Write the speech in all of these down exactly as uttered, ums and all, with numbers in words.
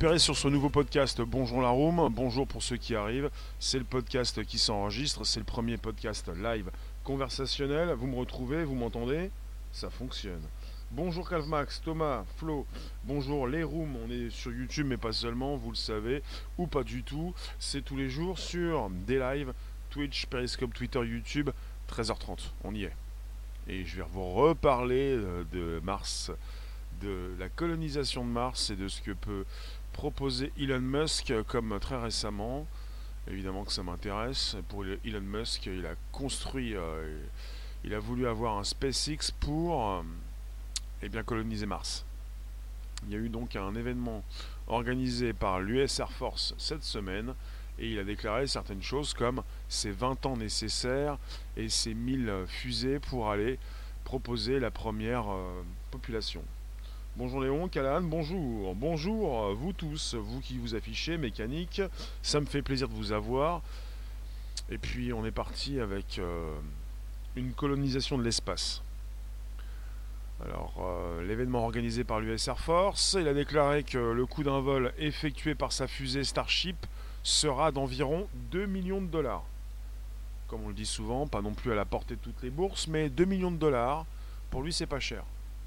récupérer sur ce nouveau podcast Bonjour la Room. Bonjour pour ceux qui arrivent. C'est le podcast qui s'enregistre. C'est le premier podcast live conversationnel. Vous me retrouvez, vous m'entendez? Ça fonctionne. Bonjour Calvmax, Thomas, Flo. Bonjour les rooms. On est sur YouTube, mais pas seulement, vous le savez, ou pas du tout. C'est tous les jours sur des lives Twitch, Periscope, Twitter, YouTube, treize heures trente. On y est. Et je vais vous reparler de Mars, de la colonisation de Mars et de ce que peut proposer Elon Musk, comme très récemment. Évidemment que ça m'intéresse. Pour Elon Musk, il a construit, euh, il a voulu avoir un SpaceX pour euh, eh bien, coloniser Mars. Il y a eu donc un événement organisé par l'U S Air Force cette semaine et il a déclaré certaines choses comme ces vingt ans nécessaires et ces mille fusées pour aller proposer la première euh, population. Bonjour Léon, Callahan, bonjour. Bonjour vous tous, vous qui vous affichez, mécanique. Ça me fait plaisir de vous avoir. Et puis on est parti avec euh, une colonisation de l'espace. Alors, euh, l'événement organisé par l'U S Air Force, il a déclaré que le coût d'un vol effectué par sa fusée Starship sera d'environ deux millions de dollars. Comme on le dit souvent, pas non plus à la portée de toutes les bourses, mais deux millions de dollars, pour lui c'est pas cher.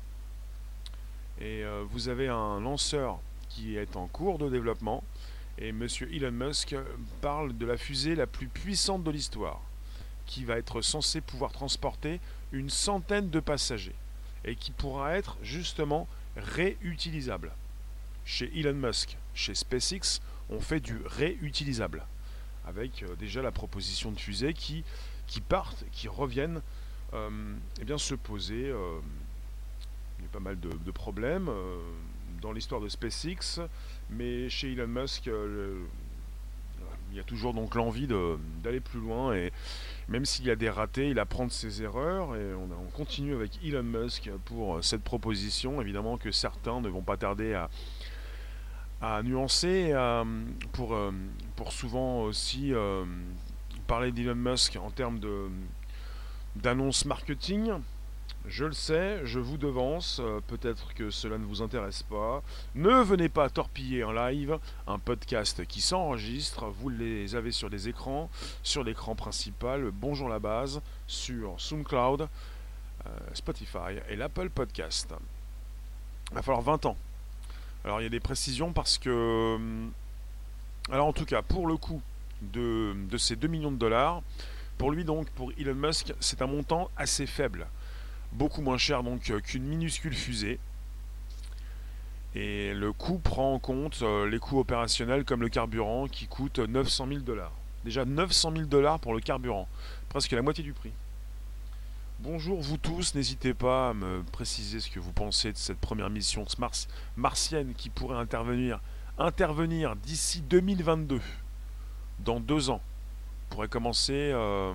Et euh, vous avez un lanceur qui est en cours de développement, et monsieur Elon Musk parle de la fusée la plus puissante de l'histoire, qui va être censée pouvoir transporter une centaine de passagers, et qui pourra être justement réutilisable. Chez Elon Musk, chez SpaceX, on fait du réutilisable, avec euh, déjà la proposition de fusées qui, qui partent, qui reviennent euh, eh bien, se poser. Euh, il y a pas mal de, de problèmes euh, dans l'histoire de SpaceX, mais chez Elon Musk, euh, le, il y a toujours donc l'envie de, d'aller plus loin, et même s'il y a des ratés, il apprend de ses erreurs, et on, on continue avec Elon Musk pour cette proposition. Évidemment que certains ne vont pas tarder à, à nuancer, à, pour, euh, pour souvent aussi euh, parler d'Elon Musk en termes de, d'annonce marketing. Je le sais, je vous devance, euh, peut-être que cela ne vous intéresse pas. Ne venez pas torpiller en live un podcast qui s'enregistre. Vous les avez sur les écrans, sur l'écran principal, Bonjour la base, sur SoundCloud, euh, Spotify et l'Apple Podcast. Il va falloir vingt ans. Alors il y a des précisions parce que... Alors en tout cas, pour le coût de, de ces deux millions de dollars, pour lui donc, pour Elon Musk, c'est un montant assez faible. Beaucoup moins cher donc qu'une minuscule fusée. Et le coût prend en compte euh, les coûts opérationnels comme le carburant qui coûte neuf cent mille dollars. Déjà neuf cent mille dollars pour le carburant, presque la moitié du prix. Bonjour vous tous, n'hésitez pas à me préciser ce que vous pensez de cette première mission mars- martienne qui pourrait intervenir, intervenir d'ici deux mille vingt-deux, dans deux ans. Pourrait commencer... Euh,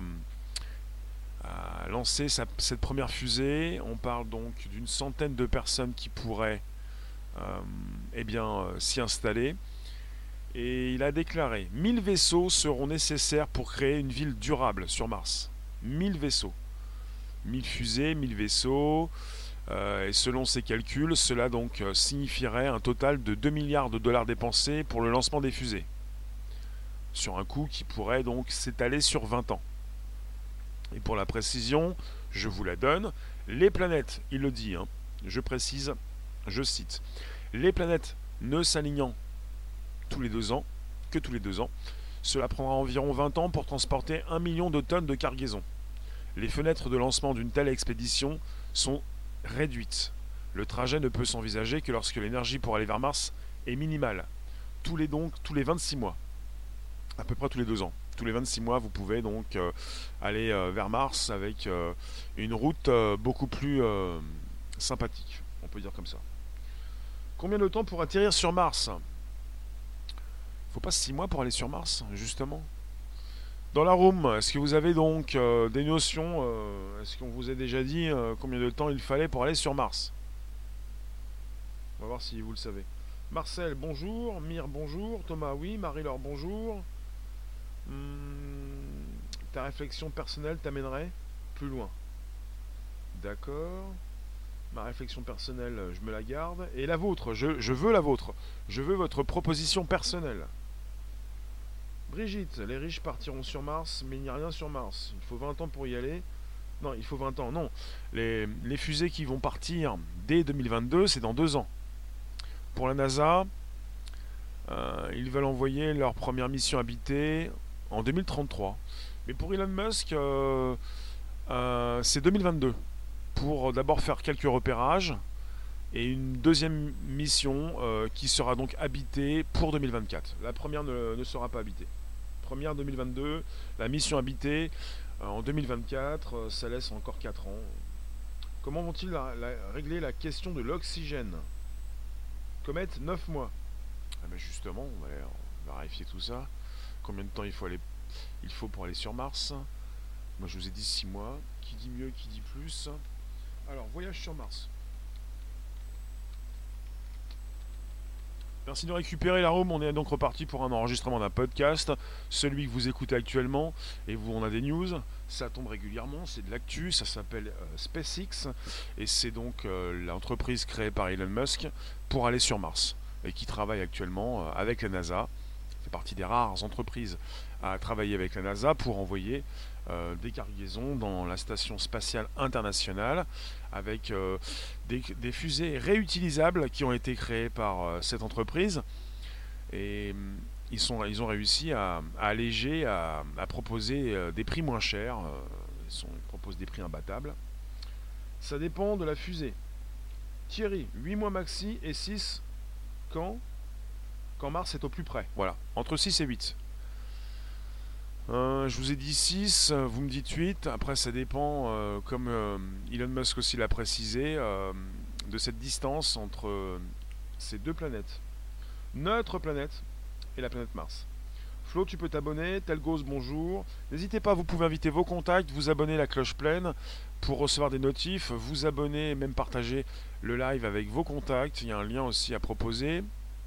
à lancer sa, cette première fusée. On parle donc d'une centaine de personnes qui pourraient euh, eh bien, euh, s'y installer. Et il a déclaré mille vaisseaux seront nécessaires pour créer une ville durable sur Mars. mille vaisseaux. mille fusées, mille vaisseaux. Euh, et selon ses calculs, cela donc euh, signifierait un total de deux milliards de dollars dépensés pour le lancement des fusées. Sur un coût qui pourrait donc s'étaler sur vingt ans. Et pour la précision, je vous la donne, les planètes, il le dit, hein, je précise, je cite, les planètes ne s'alignant tous les deux ans, que tous les deux ans, cela prendra environ vingt ans pour transporter un million de tonnes de cargaison. Les fenêtres de lancement d'une telle expédition sont réduites. Le trajet ne peut s'envisager que lorsque l'énergie pour aller vers Mars est minimale. Tous les donc, tous les vingt-six mois, à peu près tous les deux ans. Tous les vingt-six mois, vous pouvez donc euh, aller euh, vers Mars avec euh, une route euh, beaucoup plus euh, sympathique, on peut dire comme ça. Combien de temps pour atterrir sur Mars? Faut pas six mois pour aller sur Mars, justement. Dans la room, est-ce que vous avez donc euh, des notions euh, Est-ce qu'on vous a déjà dit euh, combien de temps il fallait pour aller sur Mars? On va voir si vous le savez. Marcel, bonjour. Mire, bonjour. Thomas, oui. Marie-Laure, bonjour. Hmm, ta réflexion personnelle t'amènerait plus loin. D'accord. Ma réflexion personnelle, je me la garde. Et la vôtre, je, je veux la vôtre. Je veux votre proposition personnelle. Brigitte, les riches partiront sur Mars, mais il n'y a rien sur Mars. Il faut vingt ans pour y aller. Non, il faut vingt ans, non. Les, les fusées qui vont partir dès deux mille vingt-deux, c'est dans deux ans. Pour la NASA, euh, ils veulent envoyer leur première mission habitée en deux mille trente-trois. Mais pour Elon Musk, euh, euh, c'est deux mille vingt-deux. Pour d'abord faire quelques repérages et une deuxième mission euh, qui sera donc habitée pour deux mille vingt-quatre. La première ne, ne sera pas habitée. Première deux mille vingt-deux, la mission habitée euh, en deux mille vingt-quatre, euh, ça laisse encore quatre ans. Comment vont-ils la, la, régler la question de l'oxygène? Comète, neuf mois. Ah ben justement, on va, on va vérifier tout ça. Combien de temps il faut, aller, il faut pour aller sur Mars? Moi je vous ai dit six mois. Qui dit mieux, qui dit plus? Alors, voyage sur Mars. Merci de récupérer la room. On est donc reparti pour un enregistrement d'un podcast, celui que vous écoutez actuellement. Et vous, on a des news. Ça tombe régulièrement. C'est de l'actu. Ça s'appelle euh, SpaceX. Et c'est donc euh, l'entreprise créée par Elon Musk pour aller sur Mars. Et qui travaille actuellement euh, avec la NASA. Ça fait partie des rares entreprises à travailler avec la NASA pour envoyer Euh, des cargaisons dans la station spatiale internationale avec euh, des, des fusées réutilisables qui ont été créées par euh, cette entreprise et euh, ils, sont, ils ont réussi à, à alléger, à, à proposer euh, des prix moins chers. Euh, ils, sont, ils proposent des prix imbattables. Ça dépend de la fusée. Thierry, huit mois maxi et six quand quand Mars est au plus près. Voilà, entre six et huit. Euh, je vous ai dit six, vous me dites huit. Après, ça dépend, euh, comme euh, Elon Musk aussi l'a précisé, euh, de cette distance entre euh, ces deux planètes. Notre planète et la planète Mars. Flo, tu peux t'abonner. Telgos, bonjour. N'hésitez pas, vous pouvez inviter vos contacts, vous abonner la cloche pleine pour recevoir des notifs, vous abonner et même partager le live avec vos contacts. Il y a un lien aussi à proposer.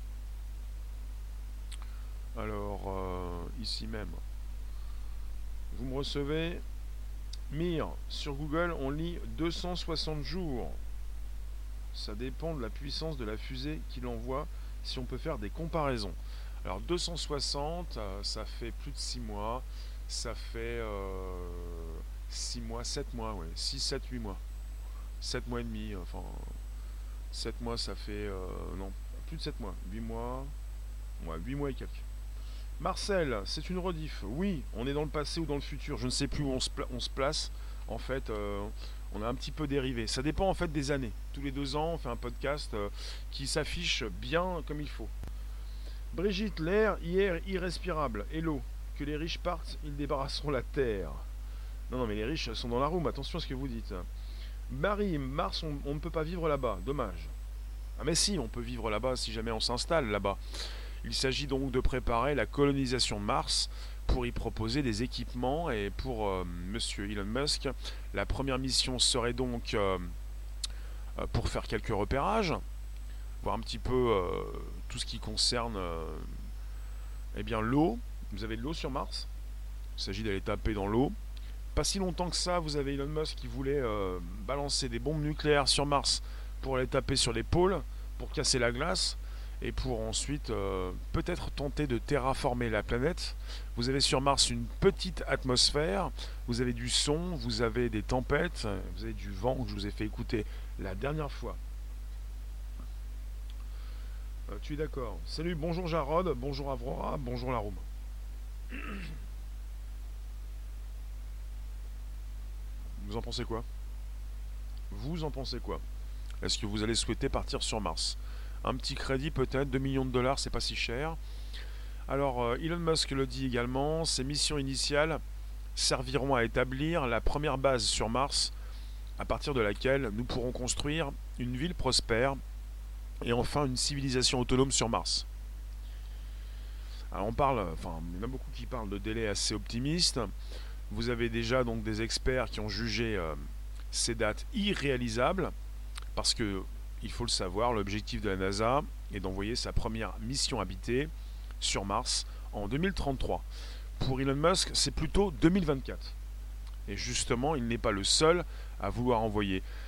Alors, euh, ici même. Vous me recevez. Mire, sur Google, on lit deux cent soixante jours. Ça dépend de la puissance de la fusée qu'il envoie, si on peut faire des comparaisons. Alors deux cent soixante, euh, ça fait plus de six mois. Ça fait euh, six mois, sept mois, ouais. six, sept, huit mois. sept mois et demi, enfin... sept mois, ça fait... Euh, non, plus de sept mois. huit mois... Ouais, huit mois et quelques. Marcel, c'est une rediff. Oui, on est dans le passé ou dans le futur. Je ne sais plus où on se, pla- on se place. En fait, euh, on a un petit peu dérivé. Ça dépend en fait des années. Tous les deux ans, on fait un podcast euh, qui s'affiche bien comme il faut. Brigitte, l'air hier irrespirable. Et l'eau. Que les riches partent, ils débarrasseront la terre. Non, non, mais les riches sont dans la room. Attention à ce que vous dites. Marie, Mars, on, on ne peut pas vivre là-bas. Dommage. Ah mais si, on peut vivre là-bas si jamais on s'installe là-bas. Il s'agit donc de préparer la colonisation de Mars pour y proposer des équipements et pour euh, Monsieur Elon Musk, la première mission serait donc euh, euh, pour faire quelques repérages, voir un petit peu euh, tout ce qui concerne euh, eh bien l'eau. Vous avez de l'eau sur Mars. Il s'agit d'aller taper dans l'eau. Pas si longtemps que ça, vous avez Elon Musk qui voulait euh, balancer des bombes nucléaires sur Mars pour aller taper sur les pôles, pour casser la glace. Et pour ensuite euh, peut-être tenter de terraformer la planète. Vous avez sur Mars une petite atmosphère, vous avez du son, vous avez des tempêtes, vous avez du vent que je vous ai fait écouter la dernière fois. Euh, tu es d'accord? Salut, bonjour Jarod, bonjour Avrora, bonjour la room. Vous en pensez quoi? Vous en pensez quoi? Est-ce que vous allez souhaiter partir sur Mars? Un petit crédit peut-être, deux millions de dollars, c'est pas si cher. Alors euh, Elon Musk le dit également, ses missions initiales serviront à établir la première base sur Mars, à partir de laquelle nous pourrons construire une ville prospère et enfin une civilisation autonome sur Mars. Alors on parle, enfin il y en a beaucoup qui parlent de délais assez optimistes. Vous avez déjà donc des experts qui ont jugé euh, ces dates irréalisables, parce que il faut le savoir, l'objectif de la NASA est d'envoyer sa première mission habitée sur Mars en deux mille trente-trois. Pour Elon Musk, c'est plutôt deux mille vingt-quatre. Et justement, il n'est pas le seul à vouloir envoyer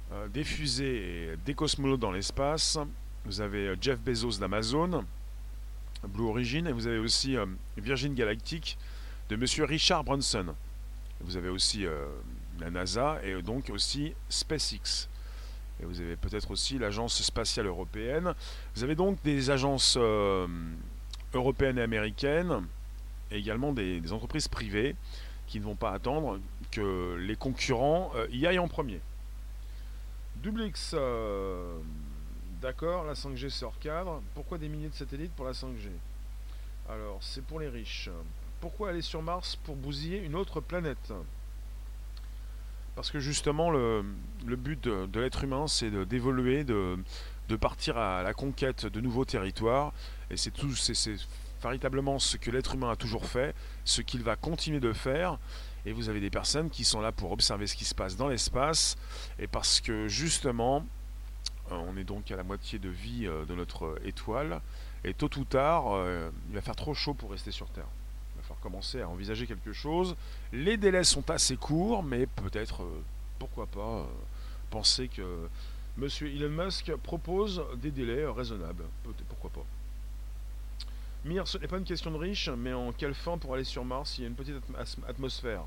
euh, des fusées et des cosmonautes dans l'espace. Vous avez euh, Jeff Bezos d'Amazon, Blue Origin, et vous avez aussi euh, Virgin Galactic de Monsieur Richard Branson. Vous avez aussi euh, la NASA et donc aussi SpaceX. Et vous avez peut-être aussi l'Agence spatiale européenne. Vous avez donc des agences euh, européennes et américaines, et également des, des entreprises privées qui ne vont pas attendre que les concurrents euh, y aillent en premier. Doublix, euh, d'accord, la cinq G sort cadre. Pourquoi des milliers de satellites pour la cinq G? Alors, c'est pour les riches. Pourquoi aller sur Mars pour bousiller une autre planète? Parce que justement, le, le but de, de l'être humain, c'est de- d'évoluer, de, de partir à la conquête de nouveaux territoires. Et c'est tout, c'est c'est véritablement ce que l'être humain a toujours fait, ce qu'il va continuer de faire. Et vous avez des personnes qui sont là pour observer ce qui se passe dans l'espace. Et parce que justement, euh, on est donc à la moitié de vie euh, de notre étoile. Et tôt ou tard, euh, il va faire trop chaud pour rester sur Terre. Il va falloir commencer à envisager quelque chose. Les délais sont assez courts, mais peut-être, euh, pourquoi pas, euh, penser que Monsieur Elon Musk propose des délais euh, raisonnables. Peut-être, pourquoi pas. Mir, ce n'est pas une question de riche, mais en quelle fin pour aller sur Mars? Il y a une petite atm- atmosphère.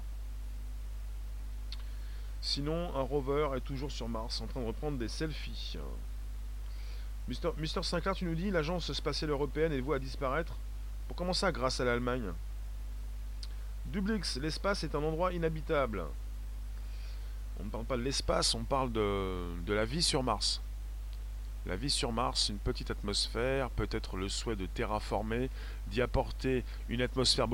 Sinon, un rover est toujours sur Mars en train de reprendre des selfies. Mister, Mister Sinclair, tu nous dis l'agence spatiale européenne est vouée à disparaître. Pour comment ça, grâce à l'Allemagne? Dublix, l'espace est un endroit inhabitable. On ne parle pas de l'espace, on parle de, de la vie sur Mars. La vie sur Mars, une petite atmosphère, peut-être le souhait de terraformer, d'y apporter une atmosphère